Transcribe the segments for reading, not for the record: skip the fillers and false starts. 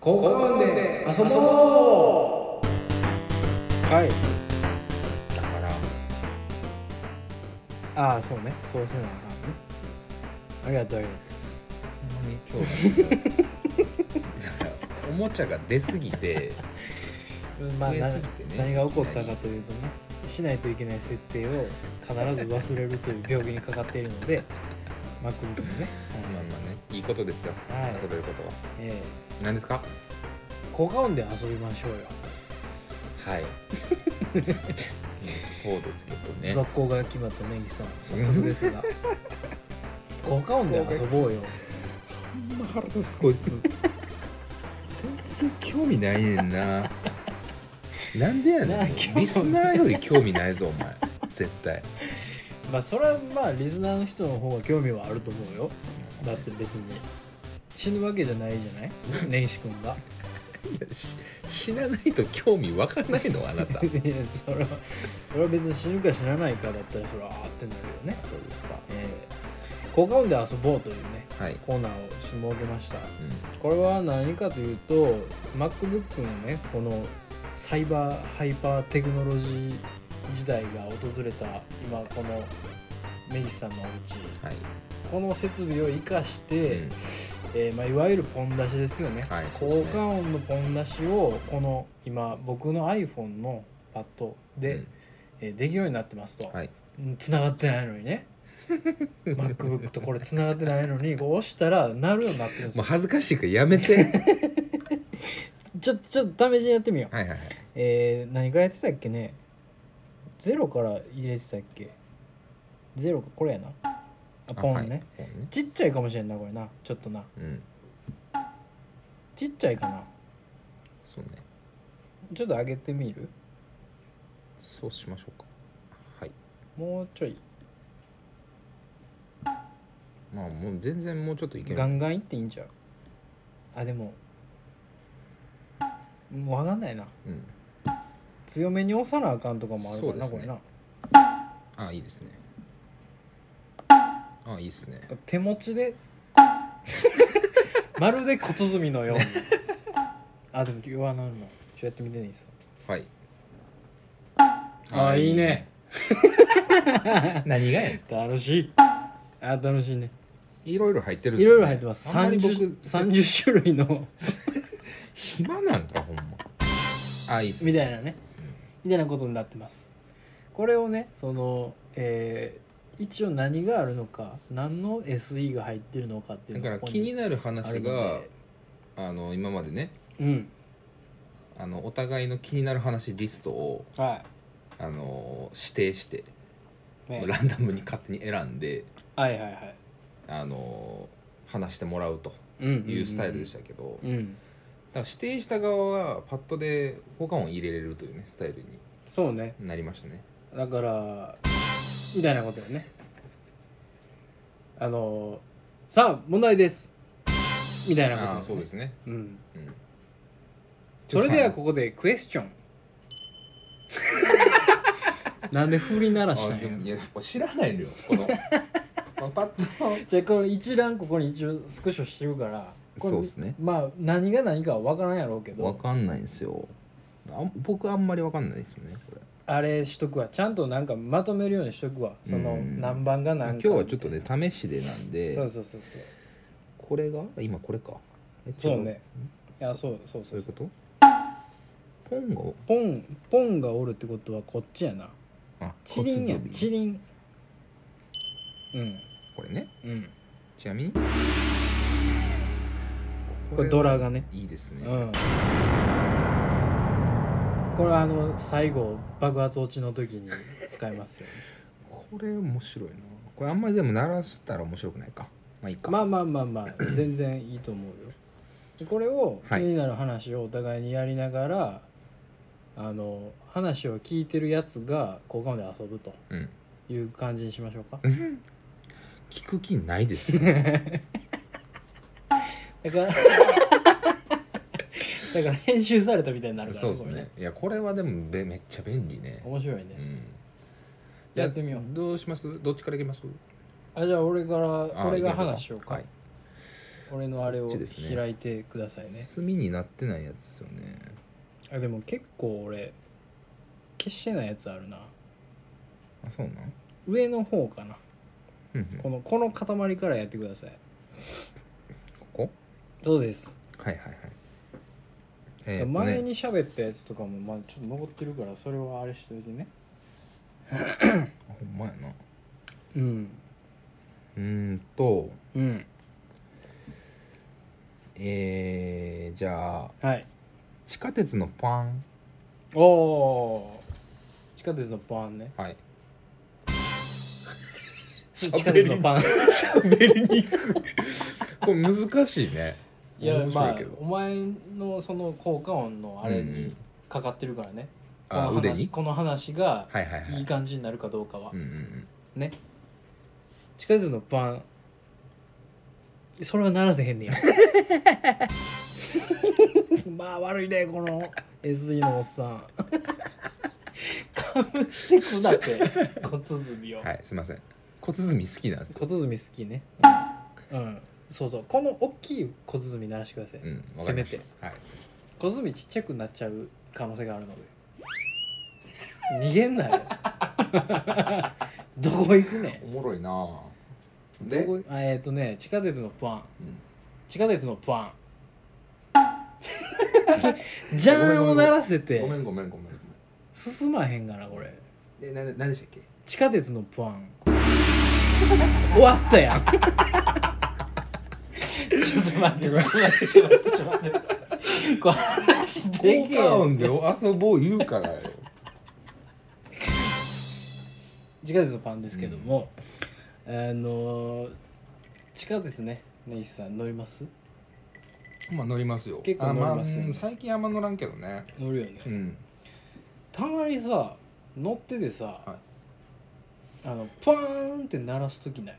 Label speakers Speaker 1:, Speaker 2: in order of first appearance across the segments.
Speaker 1: 効果音で遊ぼう。はい。
Speaker 2: だから
Speaker 1: ああ、そうね。そうせなあかんね。ありがとう。
Speaker 2: ほんまに今日おもちゃが出すぎて
Speaker 1: まあ、
Speaker 2: 増えすぎてね
Speaker 1: 何が起こったかというとね、しないといけない設定を必ず忘れるという病気にかかっているのでMacBook のね、
Speaker 2: まあまあね、いいことですよ、
Speaker 1: はい
Speaker 2: 遊べることは。
Speaker 1: え
Speaker 2: 何ですか？
Speaker 1: 効果音で遊びましょうよ。
Speaker 2: はいそうですけどね。
Speaker 1: 続行が決まったネギさん、早速ですが効果音で遊ぼうよ。
Speaker 2: ほんま腹立つこいつ全然興味ないねんな。なんでやねん。リスナーより興味ないぞお前絶対。
Speaker 1: まあそれはまあリスナーの人の方が興味はあると思うよ。だって別に死ぬわけじゃないじゃない根岸君が。
Speaker 2: いや死なないと興味わかんないのあなた。
Speaker 1: いやそれは別に死ぬか死なないかだったらそれはあーってなるよね。
Speaker 2: そうですか。
Speaker 1: 効果音で遊ぼうというね、
Speaker 2: はい、
Speaker 1: コーナーを設けました。
Speaker 2: う
Speaker 1: これは何かというと MacBook のねこのサイバーハイパーテクノロジー時代が訪れた今この根岸さんのお家、
Speaker 2: ん、はい、
Speaker 1: この設備を生かして、まあ、いわゆるポン出しですよね、
Speaker 2: はい、そうですね。
Speaker 1: 効果音のポン出しをこの今僕の iPhone のパッドで、できるようになってますと、
Speaker 2: はい、
Speaker 1: 繋がってないのにねMacBook とこれ繋がってないのにこう押したら鳴るようになってるんですよ。
Speaker 2: もう恥ずかしいからやめて
Speaker 1: ちょっと試しにやってみよう。
Speaker 2: はいはいはい。
Speaker 1: 何からやってたっけね。ゼロから入れてたっけ。ゼロかこれやなあ、ポンね、
Speaker 2: はい、ポンね。
Speaker 1: ちっちゃいかもしれんなこれな。ちょっとなちっちゃいかな。
Speaker 2: そうね。
Speaker 1: ちょっと上げてみる。
Speaker 2: そうしましょうか。はい。
Speaker 1: もうちょい
Speaker 2: まあもう全然もうちょっといける。
Speaker 1: ガンガンいっていいんちゃう。あでももう分かんないな。強めに押さなあかんとかもあるからな、これな。
Speaker 2: あ、いいですね。あ、いいですね。
Speaker 1: 手持ちでまるで小鼓のようにあ、でも弱なるのちょっとやってみてねいいですか。
Speaker 2: はい。
Speaker 1: いいね
Speaker 2: 何がやねん。
Speaker 1: 楽しい。楽しいね。
Speaker 2: いろいろ入ってるん
Speaker 1: い
Speaker 2: ですよね。
Speaker 1: ろいろ入ってます。
Speaker 2: あんまり僕
Speaker 1: 30種類の
Speaker 2: 暇なんかほんま。あ、いいっすね。
Speaker 1: みたいなね、みたいなことになってます。これをねその、一応何があるのか、何の SE が入ってるのかっていうの
Speaker 2: だから気になる話が今までね、お互いの気になる話リストを指定して、ランダムに勝手に選んで、話してもらうというスタイルでしたけど、だから指定した側はパッドで効果音を入れれるというねスタイルに
Speaker 1: そうね
Speaker 2: なりましたね。
Speaker 1: だからみたいなことよね。さあ問題ですみたいなこと、ね、
Speaker 2: そうですね。
Speaker 1: それではここでクエスチョンなんで振り鳴らしたんや。
Speaker 2: いや知らないのよこのパッド
Speaker 1: じゃあこの一覧ここに一応スクショしてるから
Speaker 2: そうですね。
Speaker 1: まあ何が何かは分からんやろうけど
Speaker 2: 分かんないんですよ。僕あんまり分かんないですよねこれ。
Speaker 1: あれしとくわ。ちゃんとなんかまとめるようにしとくわ。その何番が何か。
Speaker 2: 今日はちょっとね試しでなんで。
Speaker 1: そう
Speaker 2: これが今これか。
Speaker 1: そうね。いやそう
Speaker 2: いうこと。
Speaker 1: ポンがおるってことはこっちやな。チリンや。チリン。
Speaker 2: これね。ちなみに
Speaker 1: これドラがね。
Speaker 2: いいですね。
Speaker 1: これ最後爆発落ちの時に使えますよね。
Speaker 2: これ面白いな。これあんまりでも鳴らしたら面白くないか。まあいいか。
Speaker 1: まあ全然いいと思うよ。でこれを気になる話をお互いにやりながら、話を聞いてるやつが効果音で遊ぶという感じにしましょうか。
Speaker 2: 聞く気ないですね。
Speaker 1: だから編集されたみたいになるから。
Speaker 2: そうですね。いやこれはでもめっちゃ便利ね。
Speaker 1: 面白いね。やってみよう。
Speaker 2: どうします？どっちからいきます？
Speaker 1: じゃあ俺が話しようか。 俺のあれを開いてくださいね。
Speaker 2: 墨になってないやつですよね。
Speaker 1: あ、でも結構俺消してないやつあるな。
Speaker 2: あ、そうなん？
Speaker 1: 上の方かな。この塊からやってください。
Speaker 2: ここ？そうです。はいはい
Speaker 1: はい。前に喋ったやつとかもまあちょっと残ってるから、それはあれしといてね。
Speaker 2: ほんまやな。
Speaker 1: うん。
Speaker 2: うん。じゃあ、はい、地下鉄のパン。
Speaker 1: おお、地下鉄のパンね。
Speaker 2: はい。
Speaker 1: 地下鉄のパン
Speaker 2: 喋りにくい。これ難しいね。
Speaker 1: いや、まあお前のその効果音のあれにかかってるからね。
Speaker 2: 腕に
Speaker 1: この話がいい感じになるかどうかは、ね。地下鉄のパン、それは鳴らせへんねや。まあ悪いねこの SE のおっさん。かぶしてくなって小鼓を。
Speaker 2: はい、すいません。小鼓好きなんですよ。
Speaker 1: 小鼓好きね。うん、そうそう、この大きい小鼓鳴らしてください。せめて。はい。小鼓ちっちゃくなっちゃう可能性があるので。逃げんなよ。どこ行くねん。
Speaker 2: おもろいな。
Speaker 1: で、地下鉄のパン、地下鉄のパン。ジャーンを鳴らせて。
Speaker 2: ごめん。
Speaker 1: 進まへんがなこれ。
Speaker 2: 何でしたっけ？
Speaker 1: 地下鉄のパン。終わったやん。ちょっと待って。これ話でけえ。
Speaker 2: 効果音で遊ぼう言うからよ。
Speaker 1: 地下鉄のパンですけども、地下鉄ね、根岸さん乗ります？
Speaker 2: まあ乗りますよ。
Speaker 1: 結構乗りますよ、ね。
Speaker 2: 最近あんま乗らんけどね。
Speaker 1: 乗るよね。たまにさ乗っててさ、はい、パーンって鳴らすときない？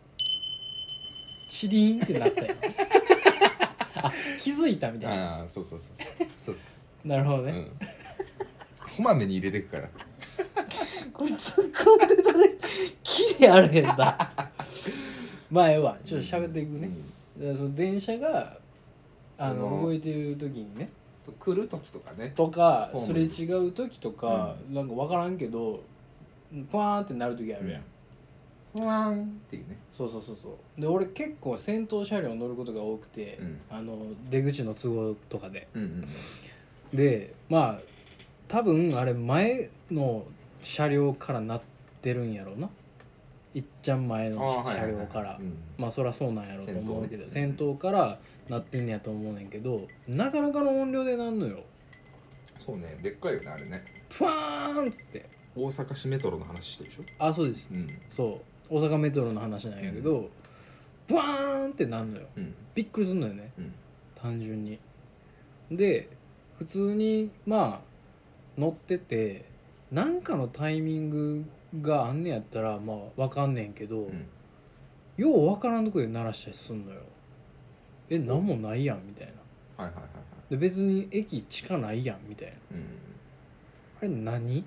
Speaker 1: チリーンってなったよ。あ、気づいたみたいな。
Speaker 2: ああ、そう。
Speaker 1: なるほどね。
Speaker 2: こまめに入れてくから。
Speaker 1: こいつ突っ込んでたね。キレあれへんだ。まあええわ、ちょっと喋っていくね。だからその電車が動いてる時にね、
Speaker 2: 来る時とかね、
Speaker 1: とかすれ違う時とか、なんか分からんけどプワーンってなる時あるやん。
Speaker 2: プワーンっていうね。
Speaker 1: そうで、俺結構先頭車両乗ることが多くて、出口の都合とかで、でまあ多分あれ前の車両からなってるんやろうな、いっちゃん前の車両から、まあそりゃそうなんやろうと思うけど、先頭からなってんねやと思うねんけど、なかなかの音量でなんのよ。
Speaker 2: そうね、でっかいよねあれね。
Speaker 1: プワーンっつって。
Speaker 2: 大阪市メトロの話してるでしょ。
Speaker 1: あ、そうです、そう大阪メトロの話なんやけど、ブワーンってなんのよ、びっくりすんのよね、単純に。で普通にまあ乗っててなんかのタイミングがあんねやったらまあ分かんねんけど、よう分からんとこで鳴らしたりすんのよ。なんもないやんみたいな。で別に駅地下ないやんみたいな、あれ何？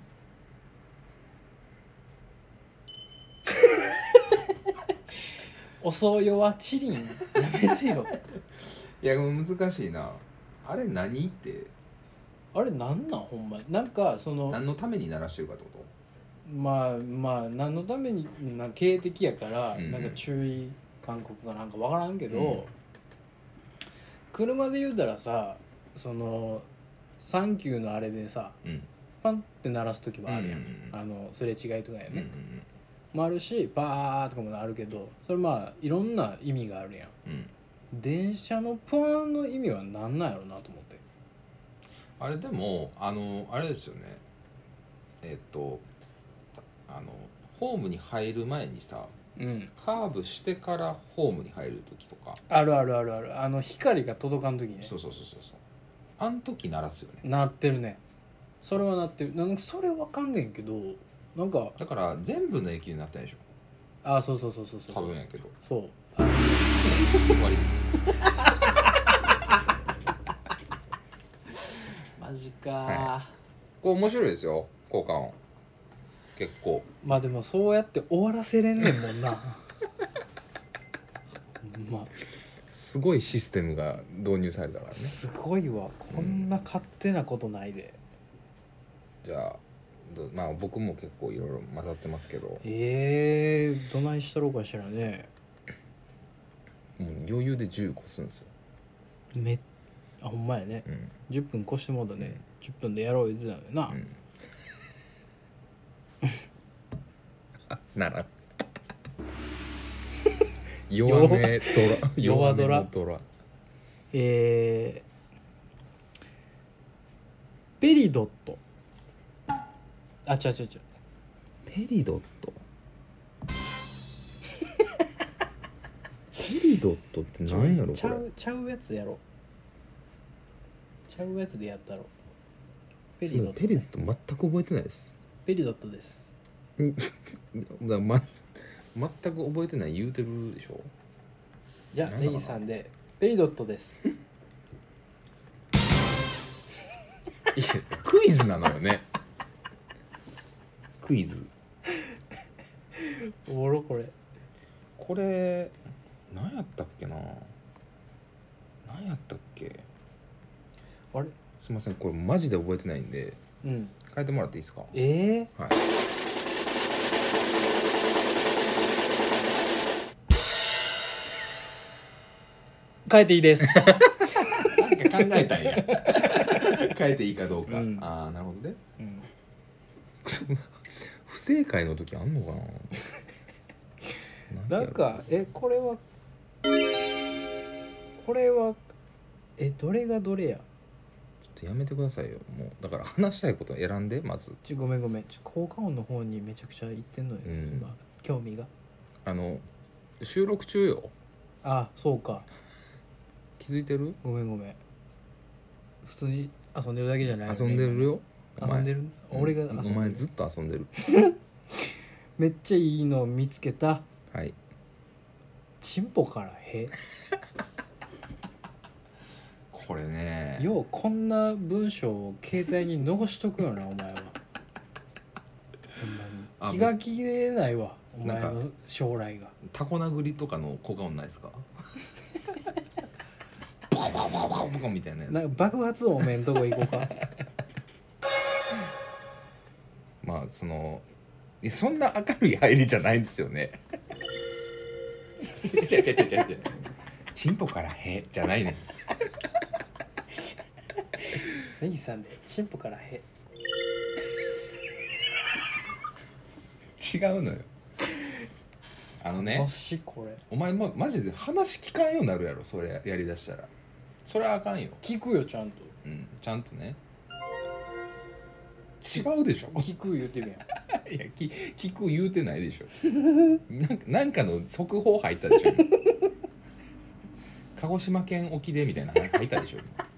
Speaker 1: おそうよはチリンやめてよ。
Speaker 2: いや難しいな。あれ何って。
Speaker 1: あれなんなんほんまに。なんかその
Speaker 2: 何のために鳴らしてるかってこと？
Speaker 1: まあ何のために警笛やから、なんか注意勧告かなんか分からんけど、車で言うたらさ、そのサンキューのあれでさ、パンって鳴らす時もあるやん、すれ違いとかやね、もあるしバーとかもあるけど、それまあいろんな意味があるやん、電車のパーンの意味は何なんやろうなと思って。
Speaker 2: あれでもあれですよね、ホームに入る前にさ、カーブしてからホームに入る時とか
Speaker 1: ある、光が届かん時ね。
Speaker 2: そうあん時鳴らすよね。
Speaker 1: 鳴ってるね。それは鳴ってる。なんかそれわかんねんけど、なんか
Speaker 2: だから全部の駅になったでしょ。
Speaker 1: あ、そう
Speaker 2: 多分やけど、
Speaker 1: そう
Speaker 2: 終わりです。
Speaker 1: マジか、
Speaker 2: これ面白いですよ、効果音結構。
Speaker 1: まあでもそうやって終わらせれんねんもんな。
Speaker 2: すごいシステムが導入されたからね。
Speaker 1: すごいわ、こんな勝手なことないで。
Speaker 2: じゃあまあ僕も結構いろいろ混ざってますけど、
Speaker 1: どないしたろうかしらね。
Speaker 2: もう余裕で10個するんですよ。
Speaker 1: ほんまやね、10分越してもうたね。10分でやろう言ってたのよな、
Speaker 2: なら弱めドラ
Speaker 1: 弱ドラ
Speaker 2: ドラ
Speaker 1: ペリドット、違う
Speaker 2: ペリドットペリドットって何やろこれ。
Speaker 1: ちゃうやつやろ。ちゃうやつでやったろ。ペリドット
Speaker 2: 全く覚えてないです。
Speaker 1: ペリドットです。
Speaker 2: 全く覚えてない言うてるでしょ。
Speaker 1: じゃあネギさんでペリドットです。
Speaker 2: いやクイズなのよね。クイズ。
Speaker 1: おもろこれ
Speaker 2: 何やったっけな。何やったっけ。
Speaker 1: あれ
Speaker 2: すいません、これマジで覚えてないんで、変えてもらっていいですか。はい。
Speaker 1: 変えていいです。
Speaker 2: なんか考えたんや。変えていいかどうか。ああ、なるほどね。不正解の時あんのか
Speaker 1: な。なんかこれはどれがどれや。
Speaker 2: ちょっとやめてくださいよ。もうだから話したいこと選んで。まず
Speaker 1: ごめん効果音の方にめちゃくちゃ言ってんのよ、今興味が。
Speaker 2: 収録中よ。
Speaker 1: そうか。
Speaker 2: 気づいてる？
Speaker 1: ごめん普通に遊んでるだけじゃないよね。
Speaker 2: 遊んでるよ。
Speaker 1: 遊んでる？俺が遊んでる。
Speaker 2: お前ずっと遊んでる。
Speaker 1: めっちゃいいの見つけた。
Speaker 2: はい。
Speaker 1: チンポからへ。
Speaker 2: これね、
Speaker 1: ようこんな文章を携帯に残しとくよなお前は。ほんまに気が気れないわお前の将来が。
Speaker 2: タコ殴りとかの効果音ないですか？ポコポコポコポコポコみたいなやつ。
Speaker 1: なんか爆発音おめんとこ行こうか。
Speaker 2: まあそんな明るい入りじゃないんですよね。違うチンポからへじゃないねん。
Speaker 1: ネギさんでチンポからへ。
Speaker 2: 違うのよ。
Speaker 1: もしこれ
Speaker 2: お前もマジで話聞かんようになるやろ、それやりだしたら。それはあかんよ。
Speaker 1: 聞くよちゃんと。
Speaker 2: ちゃんとね。違うでしょ。
Speaker 1: 聞く言うてるや
Speaker 2: ん。いや聞く言うてないでしょ。なんかの速報入ったでしょ。鹿児島県沖でみたいな入ったでしょ。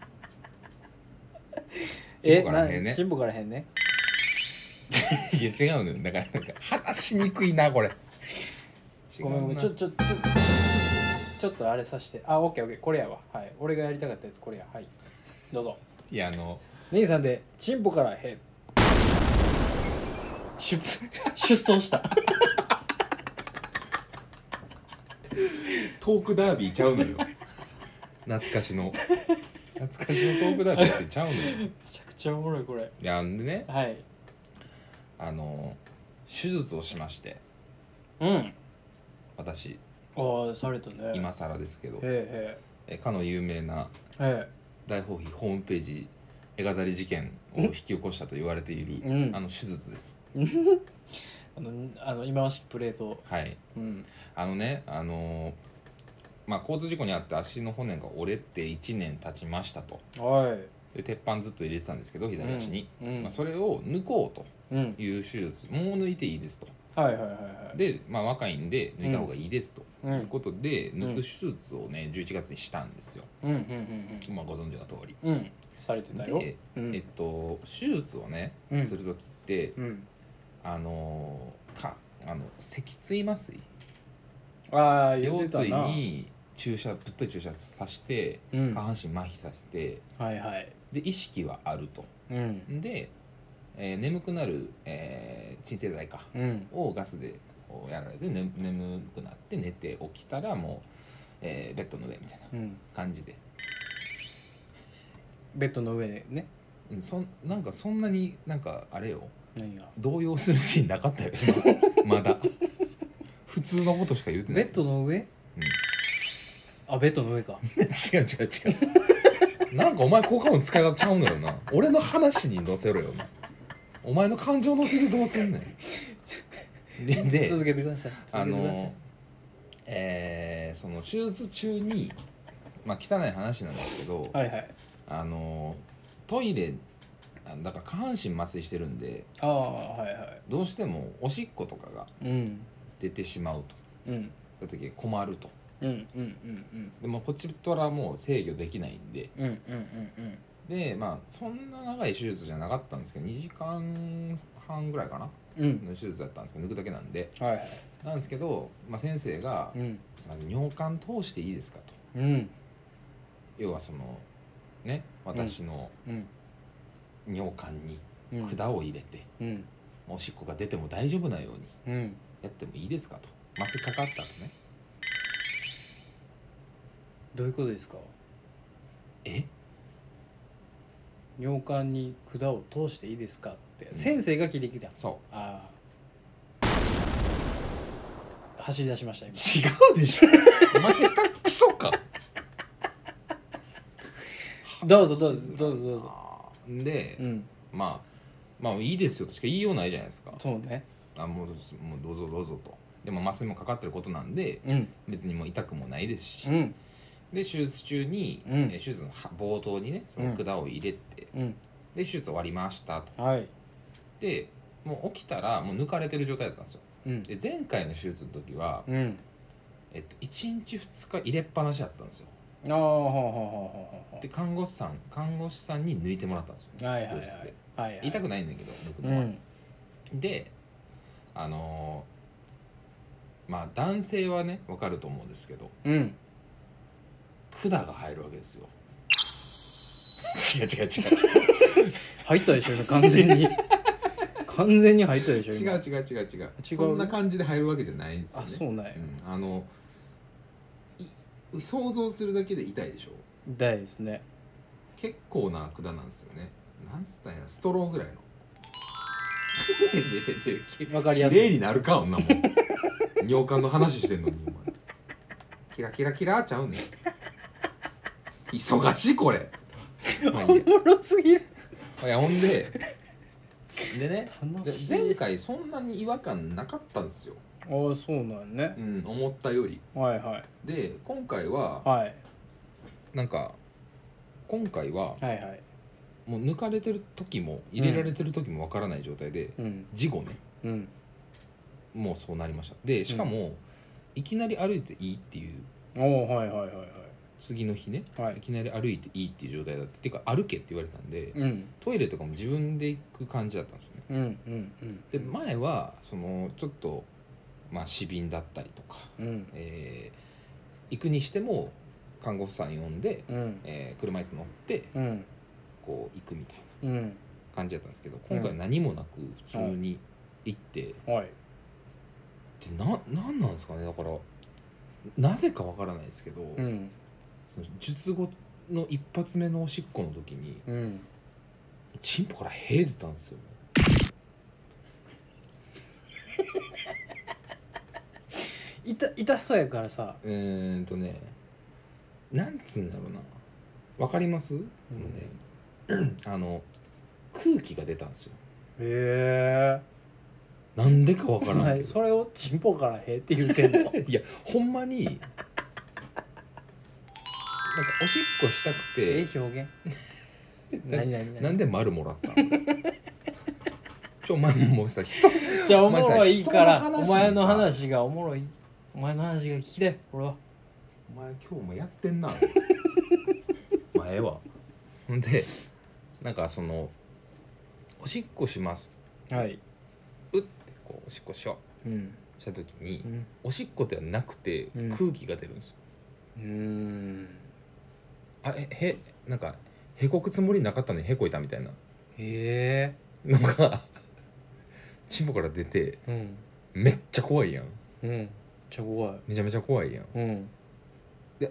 Speaker 2: チンポからへんね。
Speaker 1: チンポからへんね。
Speaker 2: いや違うのよ。だからなんか話しにくいなこれ。
Speaker 1: ごめんちょっとあれさして。オッケーこれやわ。はい。俺がやりたかったやつこれや。はい。どうぞ。
Speaker 2: いや
Speaker 1: ネギさんでチンポからへ。出走した。
Speaker 2: トークダービーちゃうのよ。懐かしのトークダービーってちゃうのよ。
Speaker 1: めちゃくちゃおもろいこれ。
Speaker 2: いやでね、
Speaker 1: はい。
Speaker 2: 手術をしまして。私
Speaker 1: されたね。
Speaker 2: 今更ですけど、かの有名な大放棄ホームページ絵飾り事件を引き起こしたと言われている手術です。
Speaker 1: 忌まわしきプレート。
Speaker 2: はい。まあ交通事故にあって足の骨が折れて1年経ちましたと。で鉄板ずっと入れてたんですけど左足に、それを抜こうという手術、もう抜いていいですと。で、若いんで抜いた方がいいですということで、抜く手術をね11月にしたんですよ。ご存知の通り。
Speaker 1: されてたよ。
Speaker 2: で、手術をねする時って脊椎麻酔、腰椎にぶっとい注射させて、下半身麻痺させて、で意識はあると。で眠くなる、鎮静剤をガスでやられて、眠くなって寝て起きたらもう、 ベッドの上みたいな感じで、
Speaker 1: ベッドの上ね。
Speaker 2: なんかそんなになんかあれよ、
Speaker 1: 何が
Speaker 2: 動揺するシーンなかったよまだ普通のことしか言うてない。
Speaker 1: ベッドの上、あ、ベッドの上か
Speaker 2: 違うなんかお前効果音使い方ちゃうのよな。俺の話に乗せろよな。お前の感情乗せてどうすんねんで
Speaker 1: 続けてください。
Speaker 2: その手術中にまあ汚い話なんですけど、
Speaker 1: はいはい、
Speaker 2: トイレだから下半身麻酔してるんで、
Speaker 1: はいはい、
Speaker 2: どうしてもおしっことかが出てしまうと、そういう時困ると、でもこっちとらもう制御できないんで、でまあそんな長い手術じゃなかったんですけど2時間半ぐらいかな、の手術だったんですけど抜くだけなんで、なんですけど、まあ、先生が、すいません尿管通していいですかと、要はそのね私の尿管に管を入れて、おしっこが出ても大丈夫なようにやってもいいですかと、麻酔かかった後ね。
Speaker 1: どういうことですか？尿管に管を通していいですかって、先生が聞いてきた。
Speaker 2: そう。
Speaker 1: ああ。走り出しました今。
Speaker 2: 違うでしょ。お前下手くそか。
Speaker 1: どうぞ。
Speaker 2: で、まあいいですよとしか言いようないじゃないですか。
Speaker 1: そうね。
Speaker 2: もうどうぞと。でも麻酔もかかってることなんで、別にもう痛くもないですし。で手術中に、手術の冒頭にねその管を入れて、で手術終わりましたと、でもう起きたらもう抜かれてる状態だったんですよ、で前回の手術の時は、1日2日入れっぱなしだったんですよ。で看護師さんに抜いてもらったんですよ、痛くないんだけど抜くのは、でまあ男性はね分かると思うんですけど、管が入るわけですよ。違う
Speaker 1: 入ったでしょ今完全に完全に入ったでしょ今。
Speaker 2: 違うそんな感じで入るわけじゃないんですよね。
Speaker 1: あ、そうなんや、
Speaker 2: 想像するだけで痛いでしょ。
Speaker 1: 痛いですね。
Speaker 2: 結構な管なんですよね。なんつったんや、ストローぐらいの
Speaker 1: わかりやすい。
Speaker 2: 綺麗になるか女も尿管の話してんのにキラちゃうねん忙しいこれ
Speaker 1: おもろすぎる。
Speaker 2: いやほんでね前回そんなに違和感なかったんですよ。
Speaker 1: ああそうなんね、
Speaker 2: 思ったより。で今回は、なんか今回は、もう抜かれてる時も入れられてる時もわからない状態で、事後ね、もうそうなりました。でしかも、いきなり歩いていいっていう、次の日ね、いきなり歩いていいっていう状態だったっていうか歩けって言われてたんで、トイレとかも自分で行く感じだったんですよね。で前はそのちょっとまあ死瓶だったりとか、行くにしても看護婦さん呼んで、車椅子乗って、こう行くみたいな感じだったんですけど、今回は何もなく普通に行って、でなんなんですかね。だからなぜかわからないですけど、その術後の一発目のおしっこの時に、チンポから屁出たんですよ。
Speaker 1: 痛そうやからさ、
Speaker 2: なんつうんだろうな、わかります？空気が出たんですよ。なんでかわからんけど
Speaker 1: それをチンポからへって言うてんの
Speaker 2: いやほんまになんかおしっこしたくて
Speaker 1: 表現何
Speaker 2: なんで丸もらったのお前もうさ
Speaker 1: じゃあおもろいからお前の話がおもろい、お前の話が聞きたい。俺は
Speaker 2: お前今日もやってんなまあええわ。ほんでなんかそのおしっこします、うってこうおしっこしよう、した時に、おしっこではなくて空気が出るんですよ。なんかへこくつもりなかったのにへこいたみたいなのがチンポから出て、めっちゃ怖いやん。めちゃめちゃ怖いやん。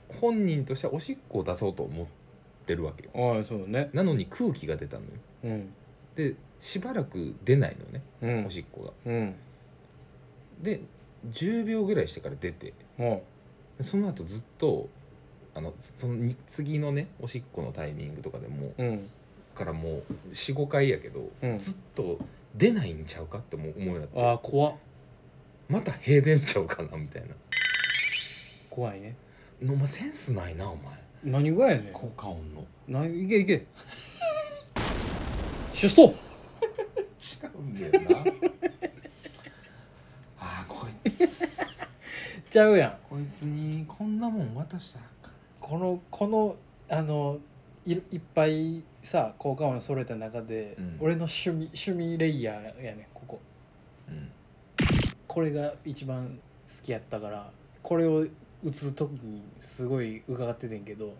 Speaker 2: 本人としてはおしっこを出そうと思ってるわけよ。
Speaker 1: ああそうね。
Speaker 2: なのに空気が出たのよ。
Speaker 1: うん、
Speaker 2: でしばらく出ないのね、
Speaker 1: うん、
Speaker 2: おしっこが。
Speaker 1: うん、
Speaker 2: で10秒ぐらいしてから出て、その後ずっとその次のねおしっこのタイミングとかでも、
Speaker 1: うん、
Speaker 2: からもう 4,5 回やけど、
Speaker 1: うん、
Speaker 2: ずっと出ないんちゃうかって思うようになって、
Speaker 1: ああ怖っ、
Speaker 2: また屁出んちゃうかなみたいな。
Speaker 1: 怖いね。
Speaker 2: お前センスないなお前。
Speaker 1: 何がやねん。
Speaker 2: 効果音の
Speaker 1: いけいけシュスト
Speaker 2: 違うんだよなあーこいつ
Speaker 1: ちゃうやん。
Speaker 2: こいつにこんなもん渡したらあかん。
Speaker 1: このいっぱいさ効果音揃えた中で、
Speaker 2: うん、
Speaker 1: 俺の趣味レイヤーやねここ、
Speaker 2: うん、
Speaker 1: これが一番好きやったからこれを打つ時にすごい伺っててんけど、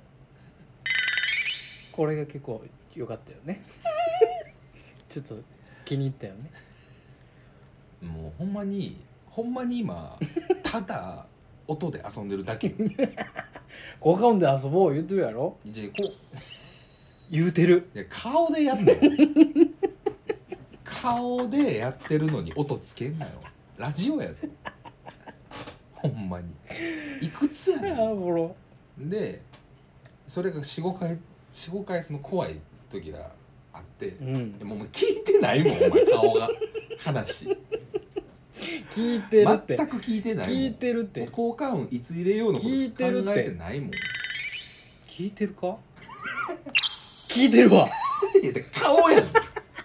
Speaker 1: これが結構良かったよねちょっと気に入ったよね。
Speaker 2: もうほんまに今ただ音で遊んでるだけ
Speaker 1: 効果音で遊ぼう言ってるやろ。
Speaker 2: じゃあこう
Speaker 1: 言うてる。
Speaker 2: いや顔でやんのよ顔でやってるのに音つけんなよ。ラジオやぞほんまにいくつやねん。でそれが 4,5 回その怖い時があって、
Speaker 1: うん、
Speaker 2: もう聞いてないもんお前顔が話
Speaker 1: 聞いてるって
Speaker 2: 全く聞いてないもん。
Speaker 1: 聞いてるって
Speaker 2: 効果音いつ入れようのこと考えてないもん。
Speaker 1: 聞いてるか聞いてるわ
Speaker 2: いや顔やんもう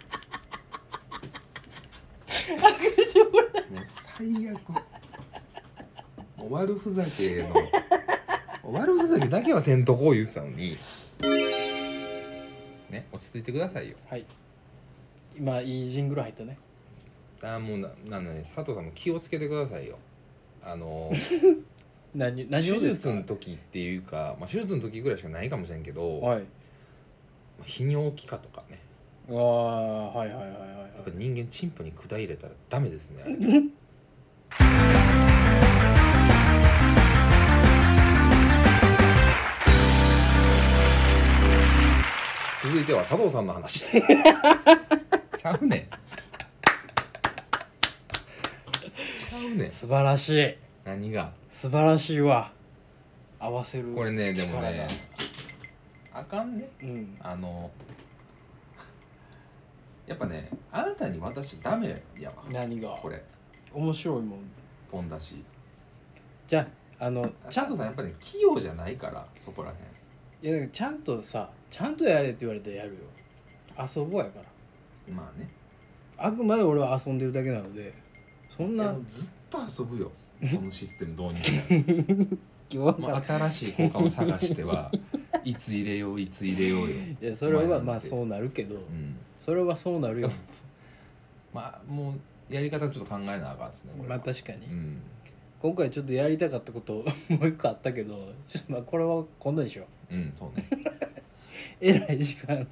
Speaker 2: 最悪。もう悪ふざけだけはせんとこう言ってたのにね。落ち着いてくださいよ。
Speaker 1: はい今いいジングル入ったね。
Speaker 2: もう佐藤さんも気をつけてくださいよ。
Speaker 1: 何
Speaker 2: 手術の時っていうか、手術の時ぐらいしかないかもしれんけど、
Speaker 1: はい、
Speaker 2: 泌尿器科とかね。
Speaker 1: はいや
Speaker 2: っぱ人間チンポに管入れたらダメですね続いては佐藤さんの話ちゃうねん
Speaker 1: 素晴らしい。
Speaker 2: 何が
Speaker 1: 素晴らしいわ。合わせる
Speaker 2: これね。でもねあかんね、
Speaker 1: うん、
Speaker 2: やっぱねあなたに渡しちゃダメやわ。
Speaker 1: 何が
Speaker 2: これ
Speaker 1: 面白いもん
Speaker 2: ポンだし。
Speaker 1: じゃあ
Speaker 2: 佐藤さんやっぱり、ね、器用じゃないからそこらへん。
Speaker 1: いやちゃんとやれって言われてやるよ。遊ぼうやから。
Speaker 2: まあね
Speaker 1: あくまで俺は遊んでるだけなのでそんな
Speaker 2: ずっと遊ぶよこのシステムどうにか新しい効果を探してはいつ入れようよ。
Speaker 1: いやそれはまあそうなるけど、それはそうなるよ
Speaker 2: まあもうやり方ちょっと考えなあかんですね。
Speaker 1: まあ確かに、今回ちょっとやりたかったこともう一個あったけどちょっとこれは今度にしよ
Speaker 2: う。そうね
Speaker 1: えらい時間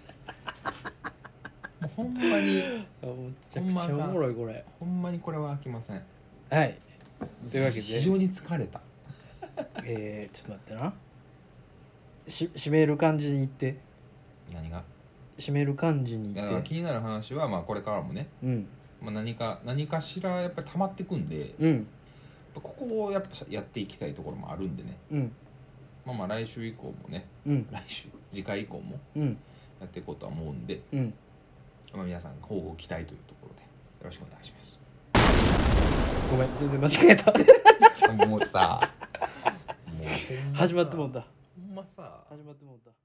Speaker 2: ほんまに
Speaker 1: めちゃくちゃおもろいこれ。
Speaker 2: ほんまにこれは飽きません。
Speaker 1: はいというわけで
Speaker 2: 非常に疲れた
Speaker 1: ちょっと待ってな。締める感じに言って。何が締める感じに言って。
Speaker 2: 気になる話はこれからもね、何かしらやっぱり溜まってくんで、ここをやっぱやっていきたいところもあるんでね、来週以降もね、次回以降もやっていこうとは思うんで、皆さん交互期待というところでよろしくお願いします。
Speaker 1: ごめん全然間違えた
Speaker 2: もうさ
Speaker 1: 始まってもうた。
Speaker 2: ほんまさ
Speaker 1: 始まってもうた。